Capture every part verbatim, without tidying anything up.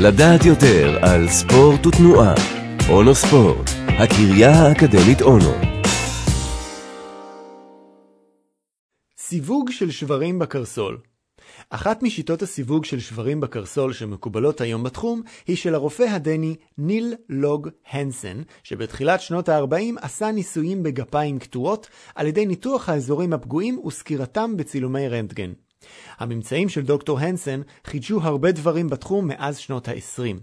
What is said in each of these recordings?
לדעת יותר על ספורט ותנועה. אונו ספורט, הקריה האקדמית אונו. סיווג של שברים בקרסול. אחת משיטות הסיווג של שברים בקרסול שמקובלות היום בתחום היא של הרופא הדני ניל לוג הנסן, שבתחילת שנות ה-ארבעים עשה ניסויים בגפיים קטועות על ידי ניתוח האזורים הפגועים וסקירתם בצילומי רנטגן. הממצאים של דוקטור הנסן חידשו הרבה דברים בתחום מאז שנות ה-עשרים.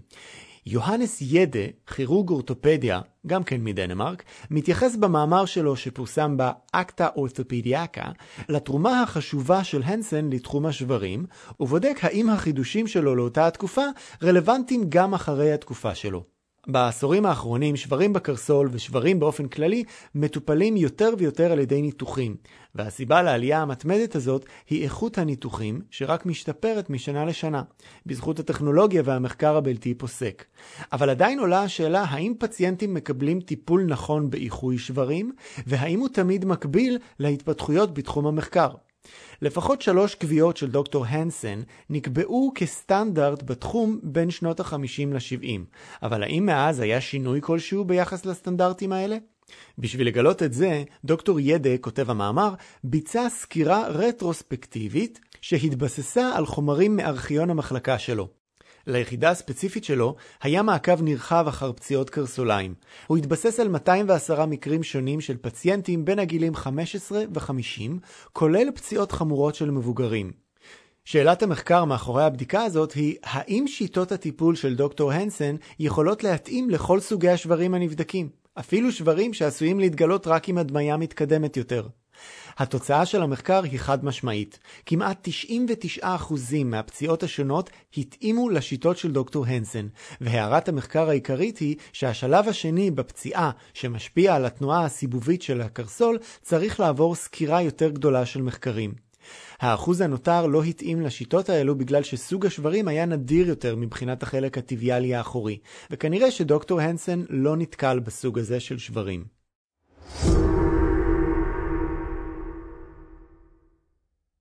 יוהנס ידה, כירורג אורתופדיה, גם כן מדנמרק, מתייחס במאמר שלו שפורסם באקטה אורתופדיאקה לתרומה החשובה של הנסן לתחום השברים, ובודק האם החידושים שלו לאותה התקופה רלוונטיים גם אחרי התקופה שלו. בעשורים האחרונים שברים בקרסול ושברים באופן כללי מטופלים יותר ויותר על ידי ניתוחים, והסיבה לעלייה המתמדת הזאת היא איכות הניתוחים שרק משתפרת משנה לשנה, בזכות הטכנולוגיה והמחקר הבלתי פוסק. אבל עדיין עולה השאלה האם פציינטים מקבלים טיפול נכון באיחוי שברים, והאם הוא תמיד מקביל להתפתחויות בתחום המחקר. לפחות שלוש קביעות של דוקטור הנסן נקבעו כסטנדרט בתחום בין שנות ה-חמישים ל-שבעים, אבל האם מאז היה שינוי כלשהו ביחס לסטנדרטים האלה? בשביל לגלות את זה, דוקטור ידה, כותב המאמר, ביצע סקירה רטרוספקטיבית שהתבססה על חומרים מארכיון המחלקה שלו. ליחידה הספציפית שלו היה מעקב נרחב אחר פציעות קרסוליים. הוא התבסס על מאתיים ועשרה מקרים שונים של פציינטים בין הגילים חמש עשרה ו-חמישים, כולל פציעות חמורות של מבוגרים. שאלת המחקר מאחורי הבדיקה הזאת היא, האם שיטות הטיפול של דוקטור הנסן יכולות להתאים לכל סוגי השברים הנבדקים, אפילו שברים שעשויים להתגלות רק עם הדמיה מתקדמת יותר? התוצאה של המחקר היא חד משמעית. כמעט תשעים ותשעה אחוז מהפציעות השונות התאימו לשיטות של דוקטור הנסן, והערת המחקר העיקרית היא שהשלב השני בפציעה שמשפיע על התנועה הסיבובית של הקרסול צריך לעבור סקירה יותר גדולה של מחקרים. האחוז הנותר לא התאים לשיטות האלו בגלל שסוג השברים היה נדיר יותר מבחינת החלק הטבעי האחורי, וכנראה שדוקטור הנסן לא נתקל בסוג הזה של שברים.